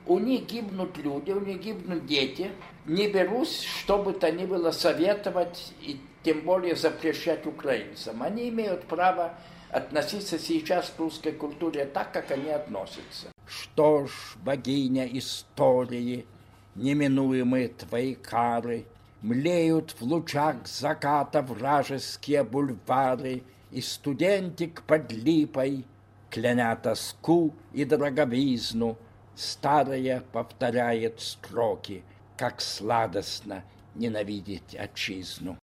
У них гибнут люди, у них гибнут дети. Не берусь, что бы то ни было, советовать и тем более запрещать украинцам. Они имеют право относиться сейчас к русской культуре так, как они относятся. Что ж, богиня истории, неминуемые твои кары, млеют в лучах заката вражеские бульвары, и студентик под липой, кляня тоску и дороговизну, старая повторяет строки, как сладостно ненавидеть отчизну.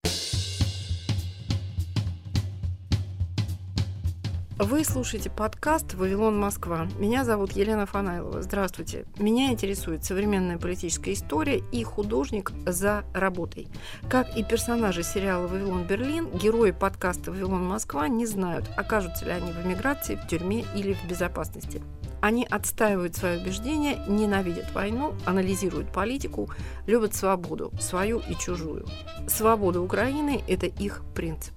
Вы слушаете подкаст «Вавилон, Москва». Меня зовут Елена Фанайлова. Здравствуйте. Меня интересует современная политическая история и художник за работой. Как и персонажи сериала «Вавилон, Берлин», герои подкаста «Вавилон, Москва» не знают, окажутся ли они в эмиграции, в тюрьме или в безопасности. Они отстаивают свои убеждения, ненавидят войну, анализируют политику, любят свободу, свою и чужую. Свобода Украины – это их принцип.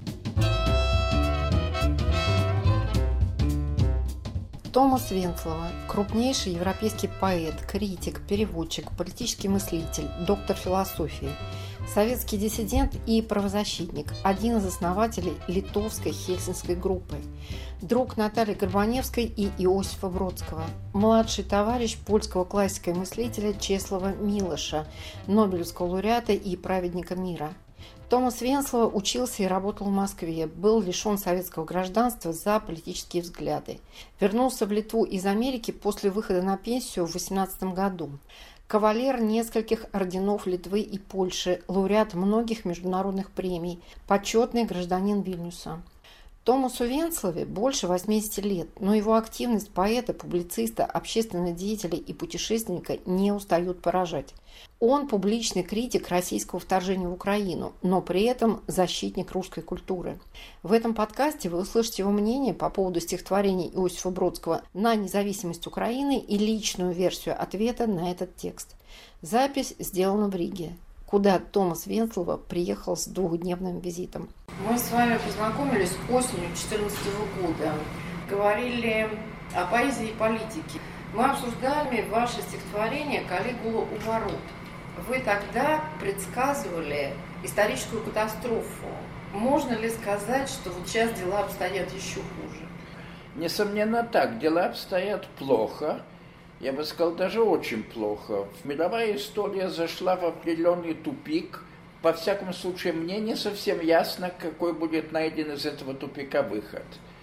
Томас Венцлова – крупнейший европейский поэт, критик, переводчик, политический мыслитель, доктор философии, советский диссидент и правозащитник, один из основателей литовской Хельсинской группы, друг Натальи Горбаневской и Иосифа Бродского, младший товарищ польского классика и мыслителя Чеслава Милоша, Нобелевского лауреата и праведника мира. Томас Венцлова учился и работал в Москве, был лишен советского гражданства за политические взгляды. Вернулся в Литву из Америки после выхода на пенсию в 18 году. Кавалер нескольких орденов Литвы и Польши, лауреат многих международных премий, почетный гражданин Вильнюса. Томасу Венцлове больше 80 лет, но его активность поэта, публициста, общественного деятеля и путешественника не устают поражать. Он публичный критик российского вторжения в Украину, но при этом защитник русской культуры. В этом подкасте вы услышите его мнение по поводу стихотворений Иосифа Бродского на независимость Украины и личную версию ответа на этот текст. Запись сделана в Риге, куда Томас Венцлова приехал с двухдневным визитом. Мы с вами познакомились осенью 2014 года. Говорили о поэзии и политике. Мы обсуждали ваше стихотворение «Калигула у ворот». Вы тогда предсказывали историческую катастрофу. Можно ли сказать, что вот сейчас дела обстоят еще хуже? Несомненно так, дела обстоят плохо. Я бы сказал, даже очень плохо. Мировая история зашла в определенный тупик. Во всяком случае, мне не совсем ясно, какой будет найден из этого тупика выход.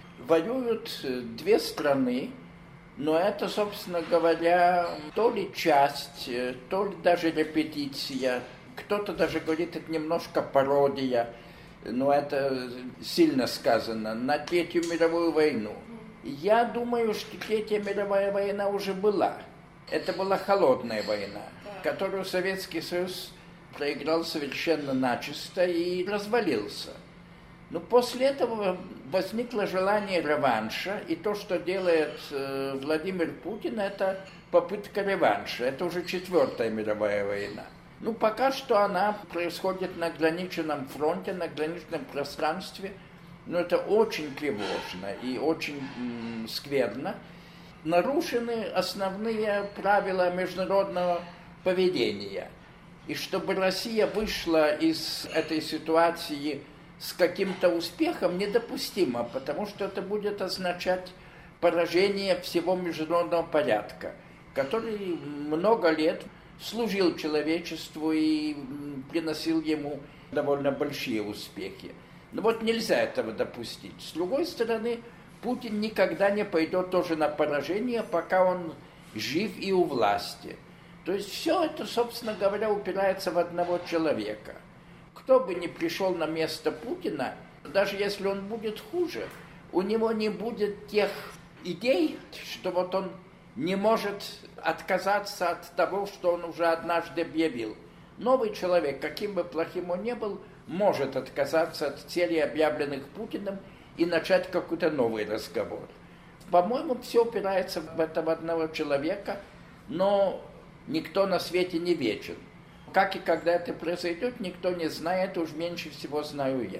Воюют две страны, но это, собственно говоря, то ли часть, то ли даже репетиция. Кто-то даже говорит, это немножко пародия, но это сильно сказано, на Третью мировую войну. Я думаю, что Третья мировая война уже была. Это была холодная война, которую Советский Союз проиграл совершенно начисто и развалился. Но после этого возникло желание реванша, и то, что делает Владимир Путин, это попытка реванша. Это уже Четвертая мировая война. Ну, пока что она происходит на ограниченном фронте, на ограниченном пространстве. Но это очень тревожно и очень скверно. Нарушены основные правила международного поведения. И чтобы Россия вышла из этой ситуации с каким-то успехом, недопустимо, потому что это будет означать поражение всего международного порядка, который много лет служил человечеству и приносил ему довольно большие успехи. Но вот нельзя этого допустить. С другой стороны, Путин никогда не пойдет тоже на поражение, пока он жив и у власти. То есть все это, собственно говоря, упирается в одного человека. Кто бы ни пришел на место Путина, даже если он будет хуже, у него не будет тех идей, что вот он не может отказаться от того, что он уже однажды объявил. Новый человек, каким бы плохим он ни был, может отказаться от целей, объявленных Путиным, и начать какой-то новый разговор. По-моему, все упирается в этого одного человека, но никто на свете не вечен. Как и когда это произойдет, никто не знает, уж меньше всего знаю я.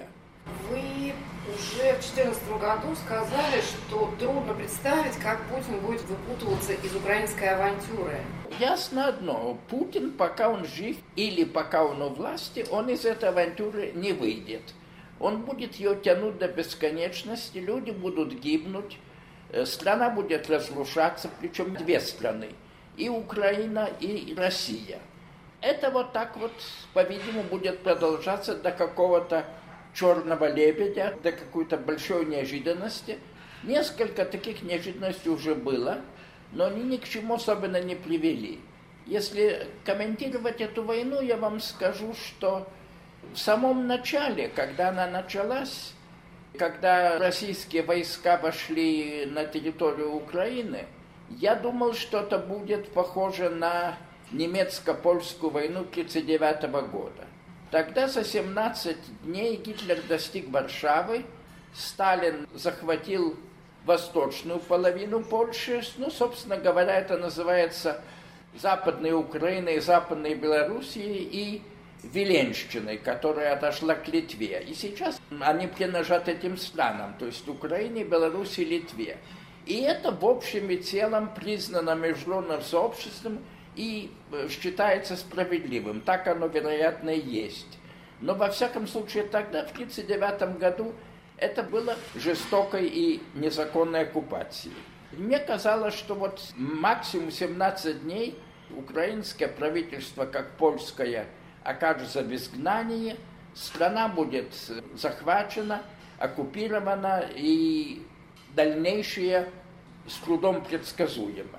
Вы уже в 2014 году сказали, что трудно представить, как Путин будет выпутываться из украинской авантюры. Ясно одно, Путин, пока он жив или пока он у власти, он из этой авантюры не выйдет. Он будет ее тянуть до бесконечности, люди будут гибнуть, страна будет разрушаться, причем две страны, и Украина, и Россия. Это вот так вот, по-видимому, будет продолжаться до какого-то черного лебедя, до какой-то большой неожиданности. Несколько таких неожиданностей уже было, но они ни к чему особенно не привели. Если комментировать эту войну, я вам скажу, что в самом начале, когда она началась, когда российские войска вошли на территорию Украины, я думал, что это будет похоже на немецко-польскую войну 1939 года. Тогда за 17 дней Гитлер достиг Варшавы, Сталин захватил восточную половину Польши, собственно говоря, это называется Западной Украиной, Западной Белоруссией и Виленщиной, которая отошла к Литве. И сейчас они принадлежат этим странам, то есть Украине, Белоруссии, Литве. И это в общем и целом признано международным сообществом и считается справедливым. Так оно, вероятно, и есть. Но, во всяком случае, тогда, в 1939 году, это было жестокой и незаконной оккупацией. Мне казалось, что вот максимум 17 дней украинское правительство, как польское, окажется в изгнании, страна будет захвачена, оккупирована, и дальнейшее с трудом предсказуемо.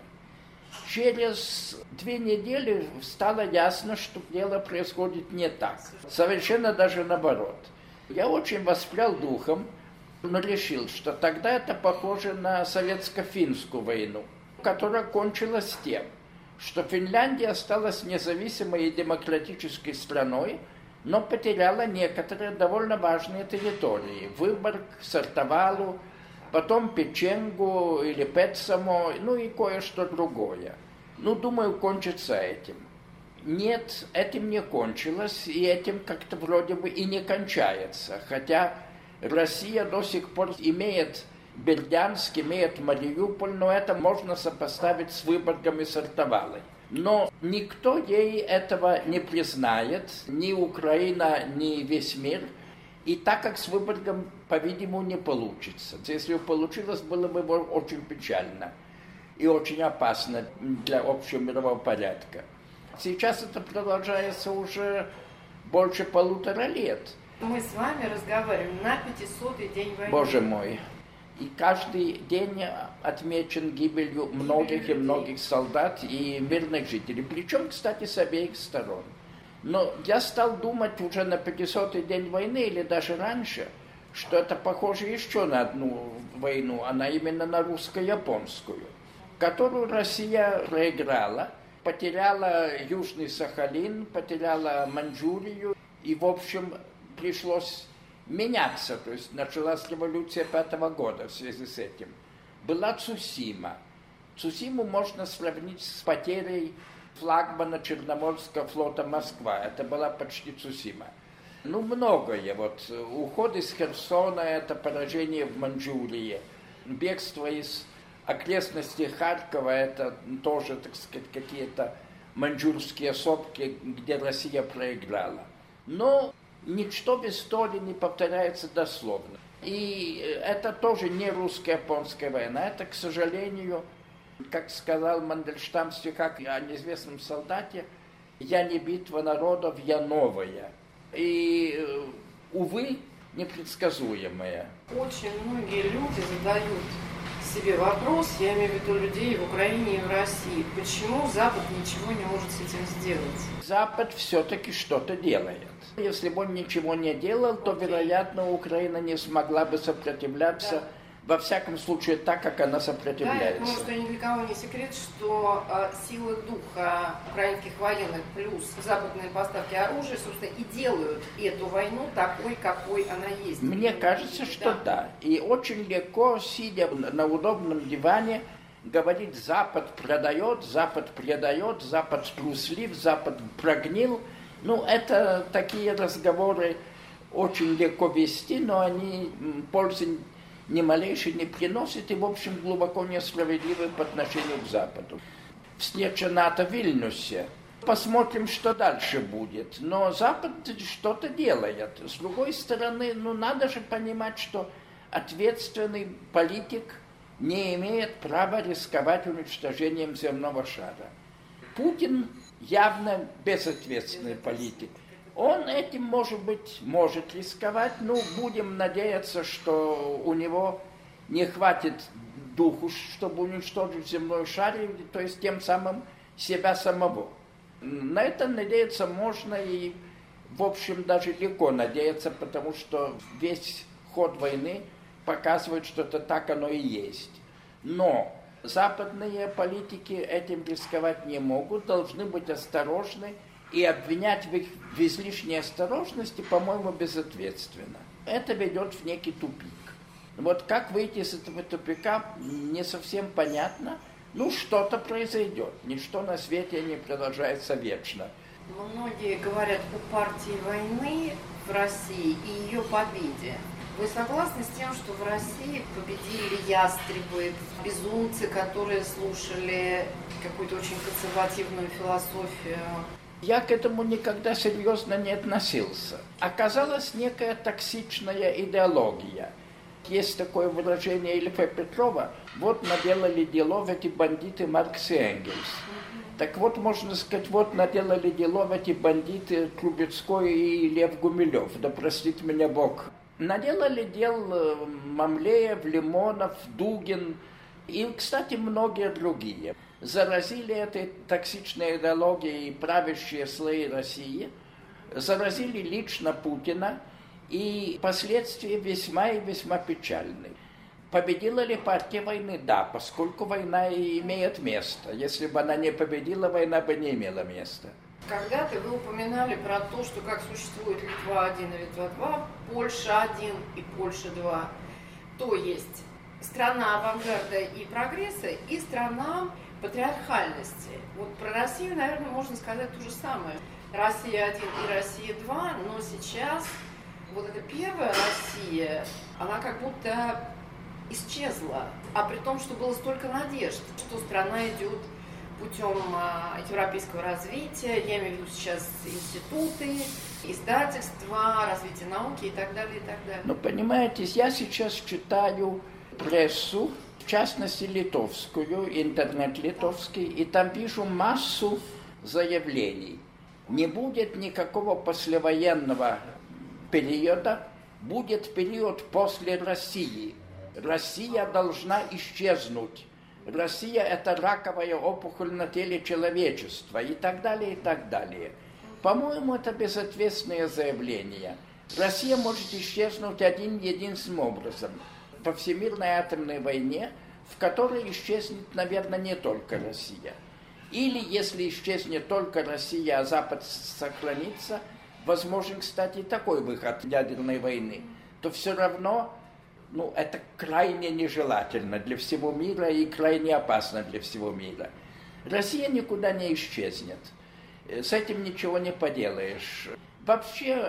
Через 2 недели стало ясно, что дело происходит не так. Совершенно даже наоборот. Я очень воспрял духом, но решил, что тогда это похоже на советско-финскую войну, которая кончилась тем, что Финляндия осталась независимой и демократической страной, но потеряла некоторые довольно важные территории. Выборг, Сартовалу, потом Печенгу или Петсамо, и кое-что другое. Думаю, кончится этим. Нет, этим не кончилось, и этим как-то вроде бы и не кончается. Хотя Россия до сих пор имеет Бердянск, имеет Мариуполь, но это можно сопоставить с Выборгом и Сартовалой. Но никто ей этого не признает, ни Украина, ни весь мир. И так как с Выборгом, по-видимому, не получится. Если бы получилось, было бы очень печально и очень опасно для общего мирового порядка. Сейчас это продолжается уже больше 1,5 лет. Мы с вами разговариваем на 500-й день войны. Боже мой. И каждый день отмечен гибелью многих и многих солдат и мирных жителей. Причем, кстати, с обеих сторон. Но я стал думать уже на 500-й день войны или даже раньше, что это похоже еще на одну войну, она именно на русско-японскую, которую Россия проиграла, потеряла Южный Сахалин, потеряла Маньчжурию, и, в общем, пришлось меняться, то есть началась революция 5-го года в связи с этим. Была Цусима. Цусиму можно сравнить с потерей флагмана Черноморского флота «Москва». Это была почти Цусима. Многое. Уход из Херсона – это поражение в Маньчжурии. Бегство из окрестностей Харькова – это тоже, так сказать, какие-то маньчжурские сопки, где Россия проиграла. Но ничто в истории не повторяется дословно. И это тоже не русско-японская война. Это, к сожалению, как сказал Мандельштам в стихах о неизвестном солдате, «Я не битва народов, я новая». И, увы, непредсказуемая. Очень многие люди задают себе вопрос, я имею в виду людей в Украине и в России, почему Запад ничего не может с этим сделать? Запад все-таки что-то делает. Если бы он ничего не делал, то, вероятно, Украина не смогла бы сопротивляться, во всяком случае, так, как она сопротивляется. Потому что ни для кого не секрет, что сила духа украинских военных плюс западные поставки оружия, собственно, и делают эту войну такой, какой она есть. Мне кажется, что да. И очень легко, сидя на удобном диване, говорить: Запад продает, Запад предает, Запад труслив, Запад прогнил. Это такие разговоры очень легко вести, но они пользы ни малейшей не приносят и, в общем, глубоко несправедливы по отношению к Западу. Встреча НАТО в Вильнюсе. Посмотрим, что дальше будет. Но Запад что-то делает. С другой стороны, надо же понимать, что ответственный политик не имеет права рисковать уничтожением земного шара. Путин явно безответственный политик. Он этим, может рисковать, будем надеяться, что у него не хватит духу, чтобы уничтожить земной шар, то есть тем самым себя самого. На это надеяться можно и, в общем, даже легко надеяться, потому что весь ход войны показывает, что это так оно и есть. Но западные политики этим рисковать не могут, должны быть осторожны, и обвинять в излишней осторожности, по-моему, безответственно. Это ведет в некий тупик. Вот как выйти из этого тупика, не совсем понятно. Что-то произойдет. Ничто на свете не продолжается вечно. Многие говорят о партии войны в России и ее победе. Вы согласны с тем, что в России победили ястребы, безумцы, которые слушали какую-то очень консервативную философию? Я к этому никогда серьезно не относился. Оказалась некая токсичная идеология. Есть такое выражение Ильфа Петрова: вот наделали делов эти бандиты Маркс и Энгельс. Так вот, можно сказать, вот наделали делов эти бандиты Трубецкой и Лев Гумилев, да простит меня Бог. Наделали дел Мамлеев, Лимонов, Дугин и, кстати, многие другие. Заразили этой токсичной идеологией правящие слои России, заразили лично Путина, и последствия весьма и весьма печальны. Победила ли партия войны? Да, поскольку война и имеет место. Если бы она не победила, война бы не имела места. Когда-то вы упоминали про то, что как существует Литва-1 и Литва-2, Польша-1 и Польша-2. То есть страна авангарда и прогресса и страна патриархальности. Вот про Россию, наверное, можно сказать то же самое. Россия-1 и Россия-2, но сейчас вот эта первая Россия, она как будто исчезла. А при том, что было столько надежд, что страна идет путем европейского развития, я имею в виду сейчас институты, издательства, развитие науки и так далее, и так далее. Понимаете, я сейчас читаю прессу, в частности литовскую, интернет литовский, и там вижу массу заявлений. Не будет никакого послевоенного периода, будет период после России. Россия должна исчезнуть. Россия – это раковая опухоль на теле человечества и так далее, и так далее. По-моему, это безответственное заявление. Россия может исчезнуть единственным образом – по Всемирной атомной войне, в которой исчезнет, наверное, не только Россия. Или, если исчезнет только Россия, а Запад сохранится, возможен, кстати, такой выход ядерной войны, то все равно это крайне нежелательно для всего мира и крайне опасно для всего мира. Россия никуда не исчезнет. С этим ничего не поделаешь. Вообще,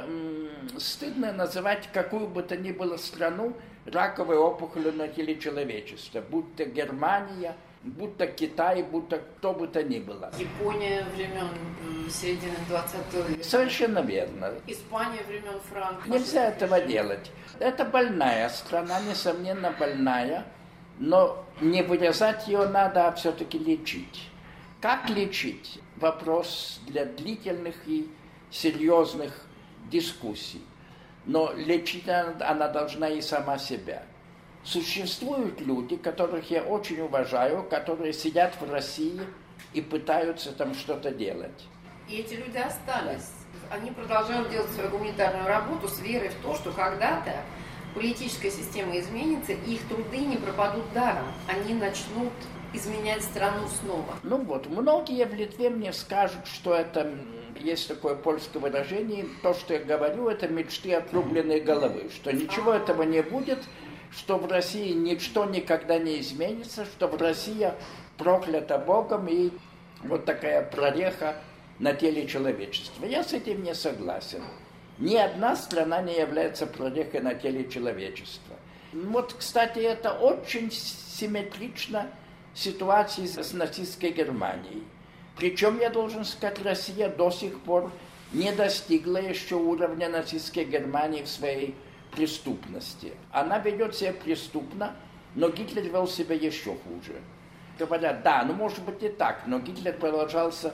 стыдно называть какую бы то ни было страну раковой опухолью на теле человечества. Будь то Германия, будь то Китай, будь то кто бы то ни было. Япония времен середины 20 века. Совершенно верно. Испания времен Франка. Нельзя этого делать. Это больная страна, несомненно больная, но не вырезать ее надо, а все-таки лечить. Как лечить? Вопрос для длительных и серьезных дискуссий. Но лечить она должна и сама себя. Существуют люди, которых я очень уважаю, которые сидят в России и пытаются там что-то делать. И эти люди остались. Они продолжают делать свою гуманитарную работу с верой в то, что когда-то политическая система изменится, и их труды не пропадут даром. Они начнут изменять страну снова. Многие в Литве мне скажут, что это, есть такое польское выражение, то, что я говорю, это мечты отрубленной головы, что ничего этого не будет, что в России ничто никогда не изменится, что в России проклята Богом и вот такая прореха на теле человечества. Я с этим не согласен. Ни одна страна не является прорехой на теле человечества. Вот, кстати, это очень симметрично ситуации с нацистской Германией. Причем, я должен сказать, Россия до сих пор не достигла еще уровня нацистской Германии в своей преступности. Она ведет себя преступно, но Гитлер вел себя еще хуже. Говорят, да, может быть и так, но Гитлер продолжался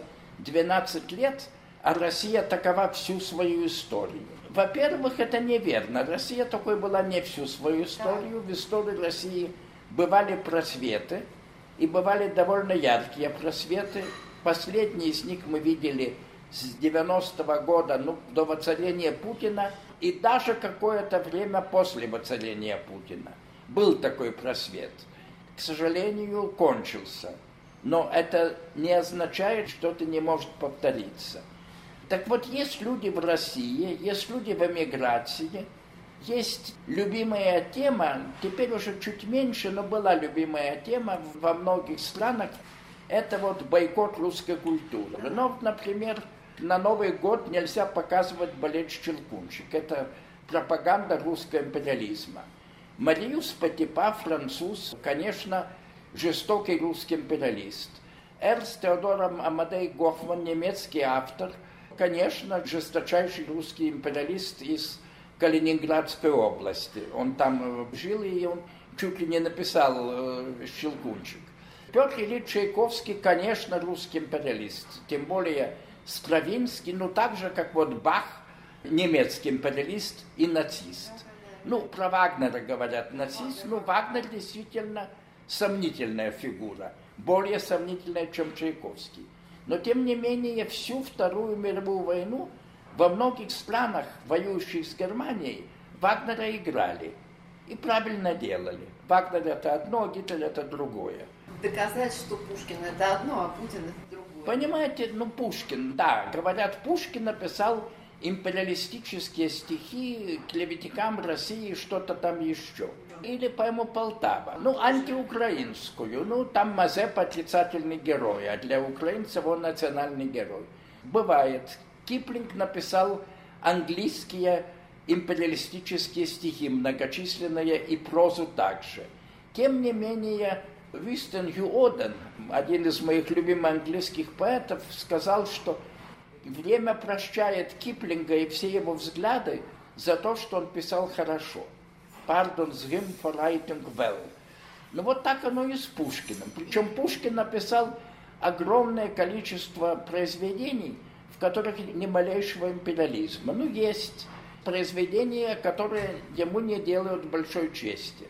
12 лет, а Россия такова всю свою историю. Во-первых, это неверно. Россия такой была не всю свою историю. В истории России бывали просветы, и бывали довольно яркие просветы. Последний из них мы видели с 90-го года до воцарения Путина, и даже какое-то время после воцарения Путина. Был такой просвет. К сожалению, кончился. Но это не означает, что это не может повториться. Так вот, есть люди в России, есть люди в эмиграции, есть любимая тема, теперь уже чуть меньше, но была любимая тема во многих странах, это вот бойкот русской культуры. Ну, например, на Новый год нельзя показывать балет «Щелкунчик». Это пропаганда русского империализма. Мариус Патипа, француз, конечно, жестокий русский империалист. Эрнст Теодор Амадей Гофман, немецкий автор, конечно, жесточайший русский империалист из Калининградской области. Он там жил, и он чуть ли не написал «Щелкунчик». Петр Ильич Чайковский, конечно, русский империалист, тем более Стравинский, так же, как вот Бах, немецкий империалист и нацист. Про Вагнера говорят нацист, Вагнер действительно сомнительная фигура, более сомнительная, чем Чайковский. Но, тем не менее, всю Вторую мировую войну во многих странах, воюющих с Германией, Вагнера играли. И правильно делали. Вагнер это одно, Гитлер это другое. Доказать, что Пушкин это одно, а Путин это другое. Понимаете, Пушкин, да, говорят, Пушкин написал империалистические стихи клеветникам России, что-то там еще. Или, по-моему, Полтава. Антиукраинскую. Там Мазепа отрицательный герой, а для украинцев он национальный герой. Бывает. Киплинг написал английские империалистические стихи, многочисленные, и прозу также. Тем не менее, Вистон Хью Оден, один из моих любимых английских поэтов, сказал, что время прощает Киплинга и все его взгляды за то, что он писал хорошо. Pardons him for writing well. Вот так оно и с Пушкиным. Причем Пушкин написал огромное количество произведений, в которых ни малейшего империализма. Есть произведения, которые ему не делают большой чести.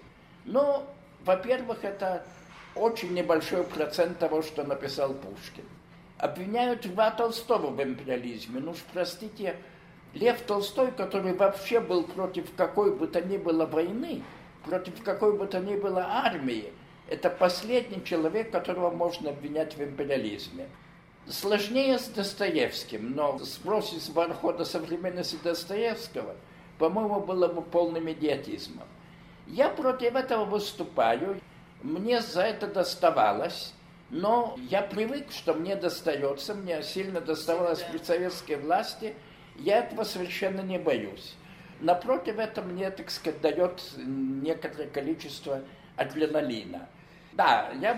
Во-первых, это очень небольшой процент того, что написал Пушкин. Обвиняют Льва Толстого в империализме. Простите, Лев Толстой, который вообще был против какой бы то ни было войны, против какой бы то ни было армии, это последний человек, которого можно обвинять в империализме. Сложнее с Достоевским, но сбросить с парохода современности Достоевского, по-моему, было бы полным идиотизмом. Я против этого выступаю, мне за это доставалось, но я привык, что мне достается, мне сильно доставалось при советской власти, я этого совершенно не боюсь. Напротив, это мне, так сказать, дает некоторое количество адреналина. Да, я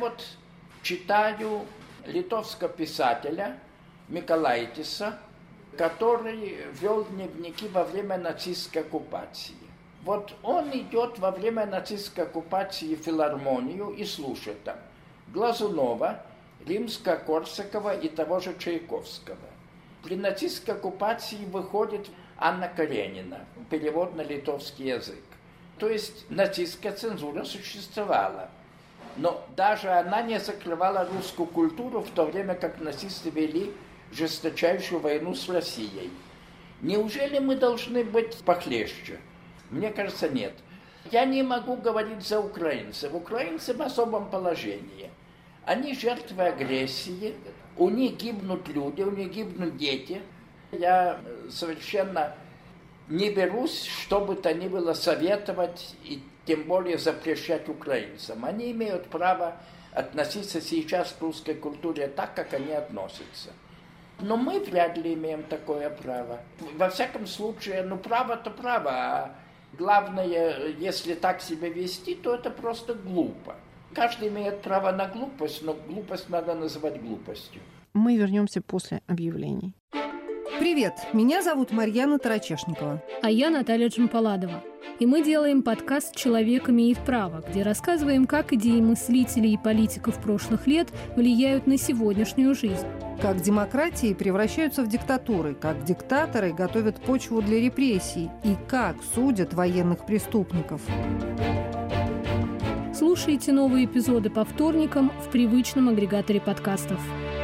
читаю литовского писателя Миколайтиса, который вел дневники во время нацистской оккупации. Он идет во время нацистской оккупации в филармонию и слушает там Глазунова, Римско-Корсакова и того же Чайковского. При нацистской оккупации выходит Анна Каренина, перевод на литовский язык. То есть нацистская цензура существовала. Но даже она не закрывала русскую культуру, в то время как нацисты вели жесточайшую войну с Россией. Неужели мы должны быть похлеще? Мне кажется, нет. Я не могу говорить за украинцев. Украинцы в особом положении. Они жертвы агрессии, у них гибнут люди, у них гибнут дети. Я совершенно не берусь, что бы то ни было, советовать и тем более запрещать украинцам. Они имеют право относиться сейчас к русской культуре так, как они относятся. Но мы вряд ли имеем такое право. Во всяком случае, право то право, а главное, если так себя вести, то это просто глупо. Каждый имеет право на глупость, но глупость надо называть глупостью. Мы вернемся после объявлений. Привет, меня зовут Марьяна Тарачешникова. А я Наталья Джампаладова. И мы делаем подкаст «Человек имеет право», где рассказываем, как идеи мыслителей и политиков прошлых лет влияют на сегодняшнюю жизнь. Как демократии превращаются в диктатуры, как диктаторы готовят почву для репрессий и как судят военных преступников. Слушайте новые эпизоды по вторникам в привычном агрегаторе подкастов.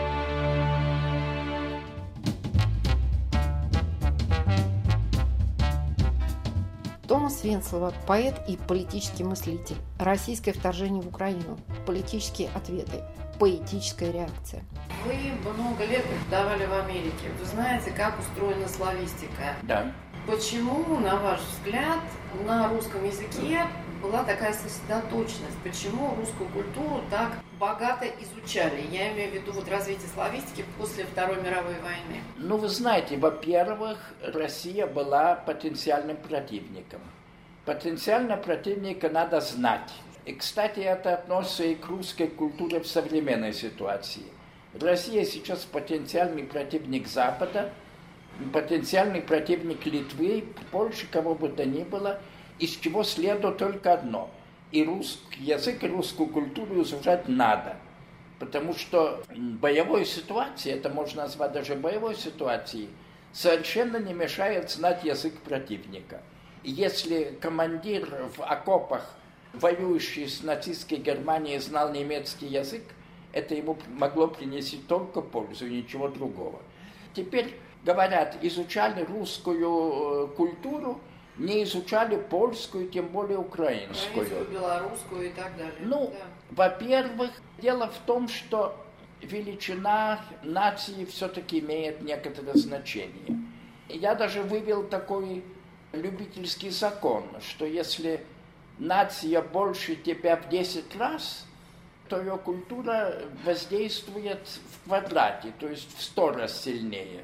Томас Венцлова, поэт и политический мыслитель. Российское вторжение в Украину. Политические ответы. Поэтическая реакция. Вы много лет преподавали в Америке. Вы знаете, как устроена славистика. Да. Почему, на ваш взгляд, на русском языке была такая сосредоточенность? Почему русскую культуру так богато изучали? Я имею в виду развитие славистики после Второй мировой войны. Вы знаете, во-первых, Россия была потенциальным противником. Потенциального противника надо знать. И, кстати, это относится и к русской культуре в современной ситуации. Россия сейчас потенциальный противник Запада, потенциальный противник Литвы, Польши, кого бы то ни было, из чего следует только одно. И русский язык, и русскую культуру изучать надо. Потому что боевой ситуации, это можно назвать даже боевой ситуацией, совершенно не мешает знать язык противника. И если командир в окопах, воюющий с нацистской Германией, знал немецкий язык, это ему могло принести только пользу, ничего другого. Теперь, говорят, изучали русскую культуру, не изучали польскую, тем более украинскую. Белорусскую и так далее. Да. Во-первых, дело в том, что величина нации все-таки имеет некоторое значение. Я даже вывел такой любительский закон, что если нация больше тебя в 10 раз, то ее культура воздействует в квадрате, то есть в 100 раз сильнее.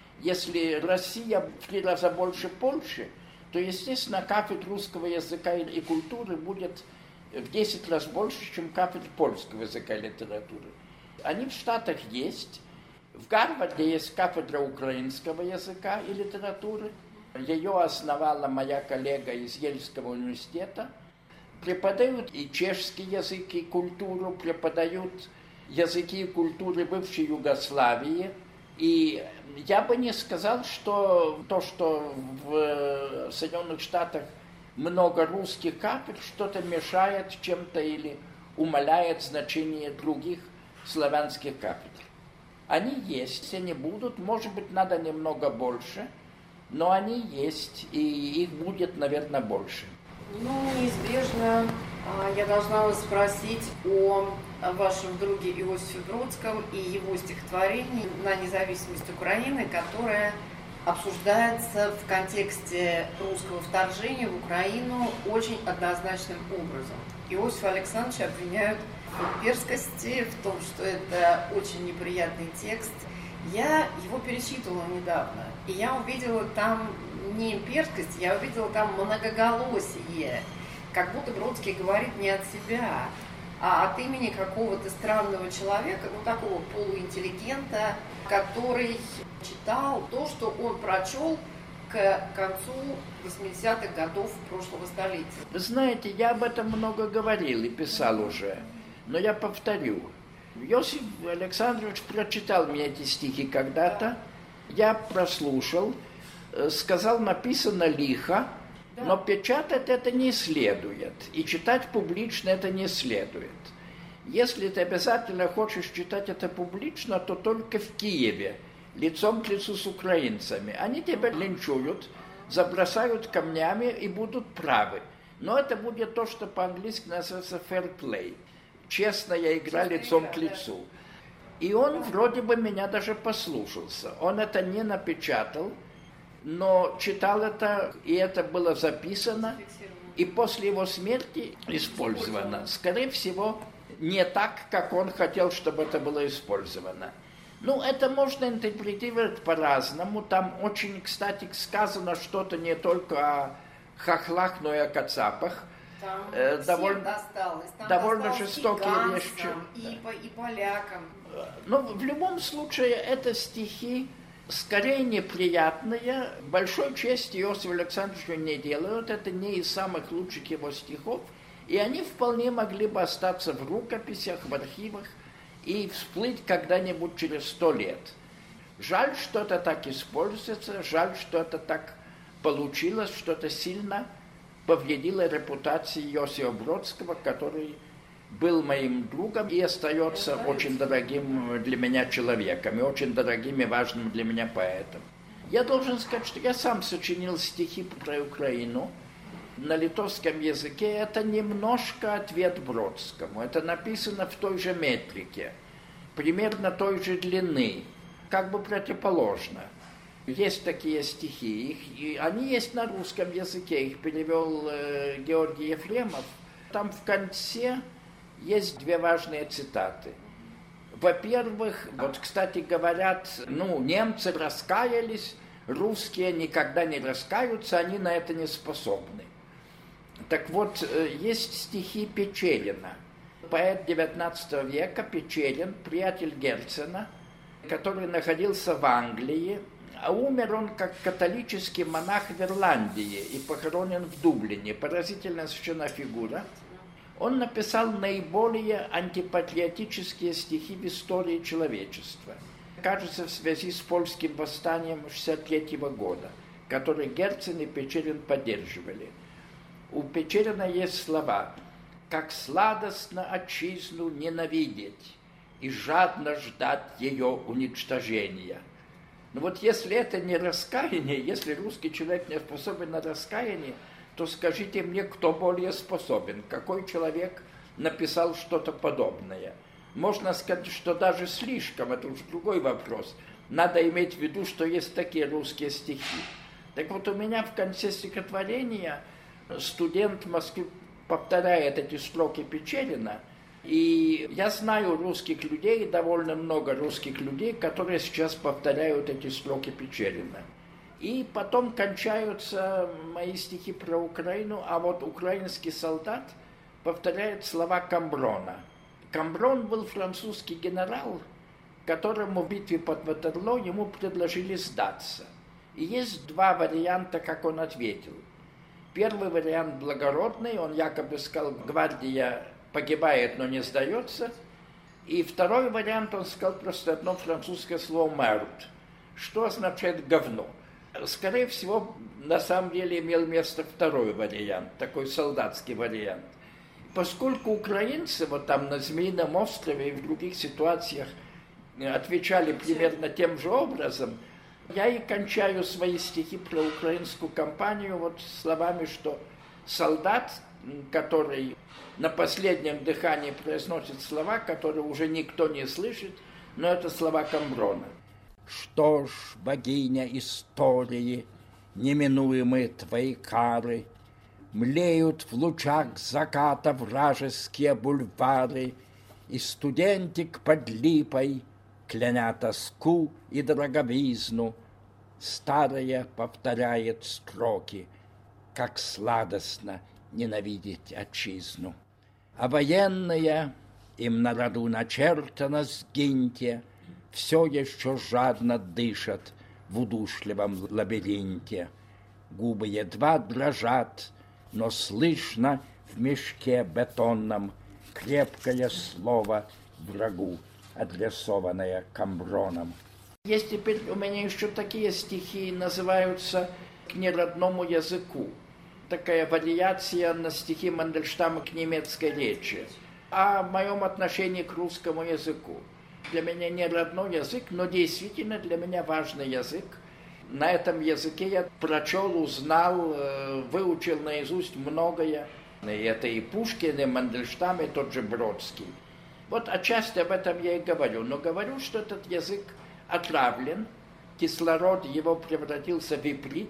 Если Россия в 3 раза больше Польши, то, естественно, кафедр русского языка и культуры будет в 10 раз больше, чем кафедр польского языка и литературы. Они в Штатах есть. В Гарварде есть кафедра украинского языка и литературы. Ее основала моя коллега из Ельского университета. Преподают и чешский язык, и культуру, преподают языки и культуры бывшей Югославии. И я бы не сказал, что то, что в Соединенных Штатах много русских кафедр, что-то мешает чем-то или умаляет значение других славянских кафедр. Они есть, они будут, может быть, надо немного больше, но они есть, и их будет, наверное, больше. Неизбежно я должна вас спросить о вашем друге Иосифе Бродском и его стихотворении «На независимость Украины», которое обсуждается в контексте русского вторжения в Украину очень однозначным образом. Иосифа Александровича обвиняют в имперскости, в том, что это очень неприятный текст. Я его перечитывала недавно, и я увидела там не имперскость, я увидела там многоголосие, как будто Бродский говорит не от себя, а от имени какого-то странного человека, такого полуинтеллигента, который читал то, что он прочел к концу 80-х годов прошлого столетия. Вы знаете, я об этом много говорил и писал уже, но я повторю. Иосиф Александрович прочитал мне эти стихи когда-то, я прослушал, сказал, написано лихо, но печатать это не следует, и читать публично это не следует. Если ты обязательно хочешь читать это публично, то только в Киеве, лицом к лицу с украинцами. Они тебя линчуют, забросают камнями и будут правы. Но это будет то, что по-английски называется fair play. Честная игра лицом к лицу. И он вроде бы меня даже послушался. Он это не напечатал, но читал это, и это было записано, и после его смерти использовано. Скорее всего, не так, как он хотел, чтобы это было использовано. Ну, это можно интерпретировать по-разному. Там очень, кстати, сказано что-то не только о хохлах, но и о кацапах. Там довольно досталось. Там довольно досталось жестокие вещи. И полякам. Но в любом случае это стихи скорее неприятные. Большой чести Иосифу Александровичу не делают. Это не из самых лучших его стихов. И они вполне могли бы остаться в рукописях, в архивах и всплыть когда-нибудь через 100 лет. Жаль, что это так используется, жаль, что это так получилось, что это сильно повредило репутации Иосифа Бродского, который был моим другом и остается очень дорогим для меня человеком, и очень дорогим и важным для меня поэтом. Я должен сказать, что я сам сочинил стихи про Украину на литовском языке. Это немножко ответ Бродскому. Это написано в той же метрике, примерно той же длины, как бы противоположно. Есть такие стихи, и они есть на русском языке, их перевел Георгий Ефремов. Там в конце есть две важные цитаты. Во-первых, вот, кстати, говорят, немцы раскаялись, русские никогда не раскаются, они на это не способны. Так вот, есть стихи Печерина. Поэт XIX века Печерин, приятель Герцена, который находился в Англии, а умер он как католический монах в Ирландии и похоронен в Дублине. Поразительная совершенно фигура. Он написал наиболее антипатриотические стихи в истории человечества. Кажется, в связи с польским восстанием 1963 года, который Герцен и Печерин поддерживали. У Печерина есть слова: «Как сладостно отчизну ненавидеть и жадно ждать ее уничтожения». Но вот если это не раскаяние, если русский человек не способен на раскаяние, то скажите мне, кто более способен, какой человек написал что-то подобное. Можно сказать, что даже слишком, это уже другой вопрос. Надо иметь в виду, что есть такие русские стихи. Так вот, у меня в конце стихотворения студент в Москве повторяет эти строки Печерина, и я знаю русских людей, довольно много русских людей, которые сейчас повторяют эти строки Печерина. И потом кончаются мои стихи про Украину, а вот украинский солдат повторяет слова Камброна. Камброн был французский генерал, которому в битве под Ватерлоо ему предложили сдаться. И есть два варианта, как он ответил. Первый вариант благородный, он якобы сказал, гвардия погибает, но не сдается. И второй вариант, он сказал просто одно французское слово «мерд», что означает «говно». Скорее всего, на самом деле имел место второй вариант, такой солдатский вариант. Поскольку украинцы вот там на Змеином острове и в других ситуациях отвечали примерно тем же образом, я и кончаю свои стихи про украинскую кампанию вот словами, что солдат, который на последнем дыхании произносит слова, которые уже никто не слышит, но это слова Камброна. Что ж, богиня истории, неминуемые твои кары, млеют в лучах заката вражеские бульвары, и студентик под липой, кляня тоску и дороговизну, старая повторяет строки, как сладостно ненавидеть отчизну. А военные, им на роду начертано сгиньте, все еще жадно дышат в удушливом лабиринте. Губы едва дрожат, но слышно в мешке бетонном крепкое слово врагу, адресованное Камброном. Есть теперь у меня еще такие стихи, называются «К неродному языку». Такая вариация на стихи Мандельштама к немецкой речи, о моем отношении к русскому языку. Для меня не родной язык, но действительно для меня важный язык. На этом языке я прочел, узнал, выучил наизусть многое. И это и Пушкин, и Мандельштам, и тот же Бродский. Вот отчасти об этом я и говорю. Но говорю, что этот язык отравлен, кислород его превратился в иприт.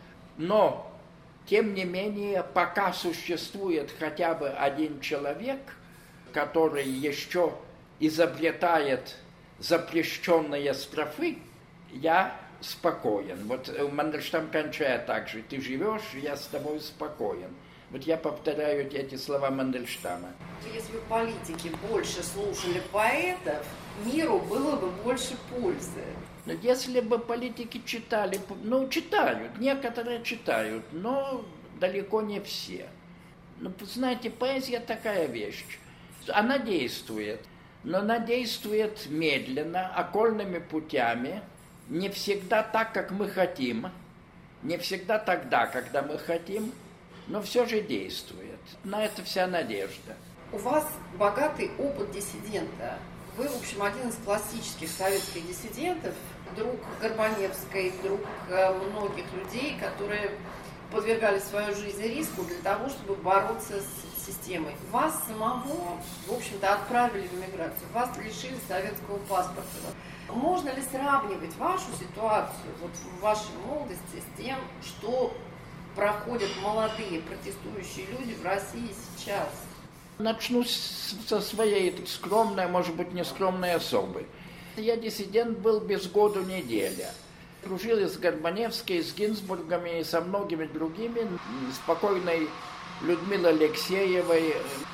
Но, тем не менее, пока существует хотя бы один человек, который еще изобретает запрещенные строфы, я спокоен. Вот Мандельштам кончает так же: ты живешь, я с тобой спокоен. Вот я повторяю эти слова Мандельштама. Если бы политики больше слушали поэтов, миру было бы больше пользы. Но если бы политики читали, читают, некоторые читают, но далеко не все. Знаете, поэзия такая вещь. Она действует, но она действует медленно, окольными путями, не всегда так, как мы хотим, не всегда тогда, когда мы хотим, но все же действует. На это вся надежда. У вас богатый опыт диссидента. Вы, в общем, один из классических советских диссидентов, друг Горбаневской, друг многих людей, которые подвергали свою жизнь риску для того, чтобы бороться с системой. Вас самого, в общем-то, отправили в эмиграцию, вас лишили советского паспорта. Можно ли сравнивать вашу ситуацию вот в вашей молодости с тем, что проходят молодые протестующие люди в России сейчас? Начну со своей скромной, может быть, не скромной особы. Я диссидент был без году неделя. Дружил и с Горбаневской, и с Гинзбургами, и со многими другими, с покойной Людмилой Алексеевой.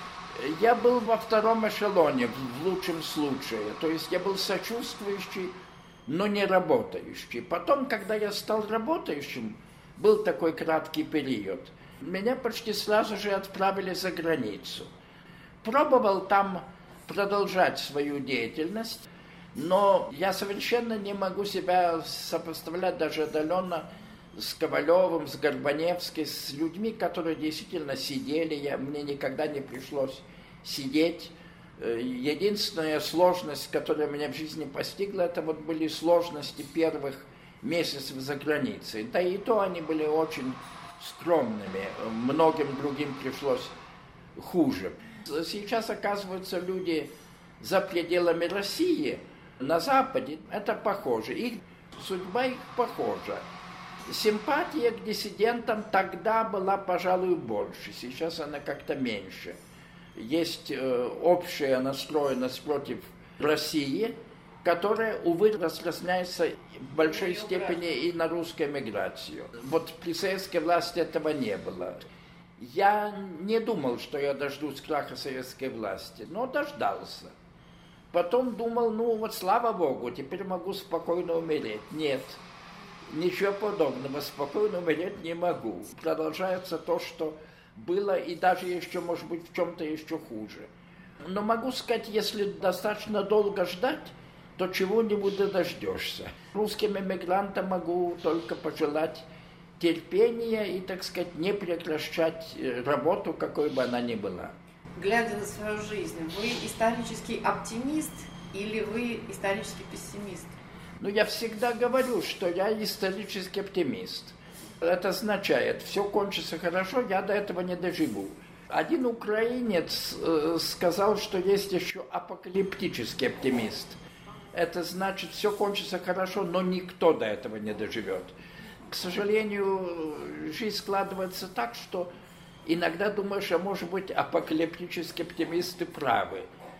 Я был во втором эшелоне, в лучшем случае. То есть я был сочувствующий, но не работающий. Потом, когда я стал работающим, был такой краткий период, меня почти сразу же отправили за границу. Пробовал там продолжать свою деятельность, но я совершенно не могу себя сопоставлять даже отдаленно с Ковалевым, с Горбаневской, с людьми, которые действительно сидели. Мне никогда не пришлось сидеть. Единственная сложность, которая меня в жизни постигла, это вот были сложности первых месяцев за границей. Да и то они были очень скромными. Многим другим пришлось хуже. Сейчас, оказываются, люди за пределами России, на Западе, это похоже. Их судьба их похожа. Симпатия к диссидентам тогда была, пожалуй, больше. Сейчас она как-то меньше. Есть общая настроенность против России, которая, увы, распространяется в большой степени и на русскую эмиграцию. Вот при советской власти этого не было. Я не думал, что я дождусь краха советской власти, но дождался. Потом думал, слава Богу, теперь могу спокойно умереть. Нет, ничего подобного, спокойно умереть не могу. Продолжается то, что было, и даже еще, может быть, в чем-то еще хуже. Но могу сказать, если достаточно долго ждать, то чего-нибудь и дождешься. Русским эмигрантам могу только пожелать терпения и, так сказать, не прекращать работу, какой бы она ни была. Глядя на свою жизнь, вы исторический оптимист или вы исторический пессимист? Я всегда говорю, что я исторический оптимист. Это означает, все кончится хорошо, я до этого не доживу. Один украинец сказал, что есть еще апокалиптический оптимист. Это значит, все кончится хорошо, но никто до этого не доживет. К сожалению, жизнь складывается так, что иногда думаешь, а может быть, апокалиптические оптимисты правы.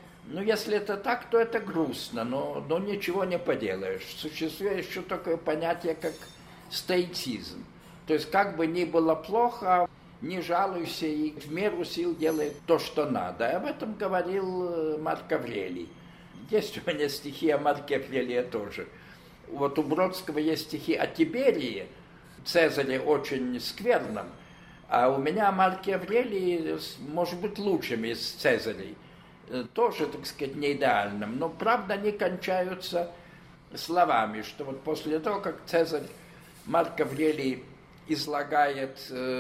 Если это так, то это грустно, но ничего не поделаешь. Существует еще такое понятие, как стоицизм. То есть, как бы ни было плохо, не жалуйся и в меру сил делай то, что надо. Об этом говорил Марк Аврелий. Есть у меня стихи о Марке Аврелии тоже. Вот у Бродского есть стихи о Тиберии, Цезаре очень скверном, а у меня о Марке Аврелии, может быть, лучшим из Цезарей. Тоже, так сказать, не идеальным. Но, правда, они кончаются словами, что вот после того, как Цезарь Марк Аврелий излагает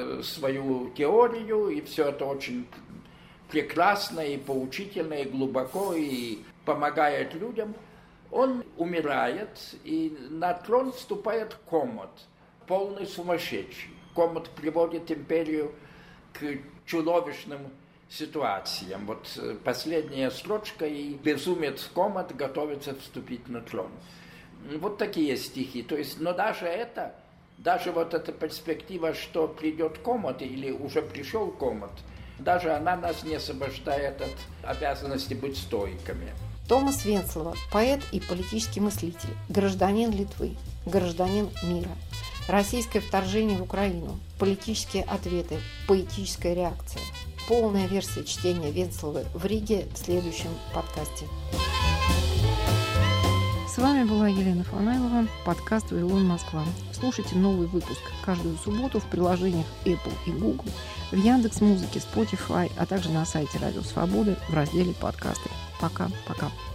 свою теорию, и все это очень прекрасно и поучительно, и глубоко, и помогает людям, он умирает, и на трон вступает Комод, полный сумасшедший. Комод приводит империю к чудовищным ситуациям. Вот последняя строчка, и безумец Комод готовится вступить на трон. Вот такие стихи. То есть, но даже вот эта перспектива, что придет Комод, или уже пришел Комод, даже она нас не освобождает от обязанности быть стоиками. Томас Венцлова – поэт и политический мыслитель, гражданин Литвы, гражданин мира. Российское вторжение в Украину, политические ответы, поэтическая реакция. Полная версия чтения Венцловой в Риге в следующем подкасте. С вами была Елена Фанайлова, подкаст «Вавилон Москва». Слушайте новый выпуск каждую субботу в приложениях Apple и Google, в Яндекс.Музыке, Spotify, а также на сайте Радио Свободы в разделе «Подкасты». Пока-пока.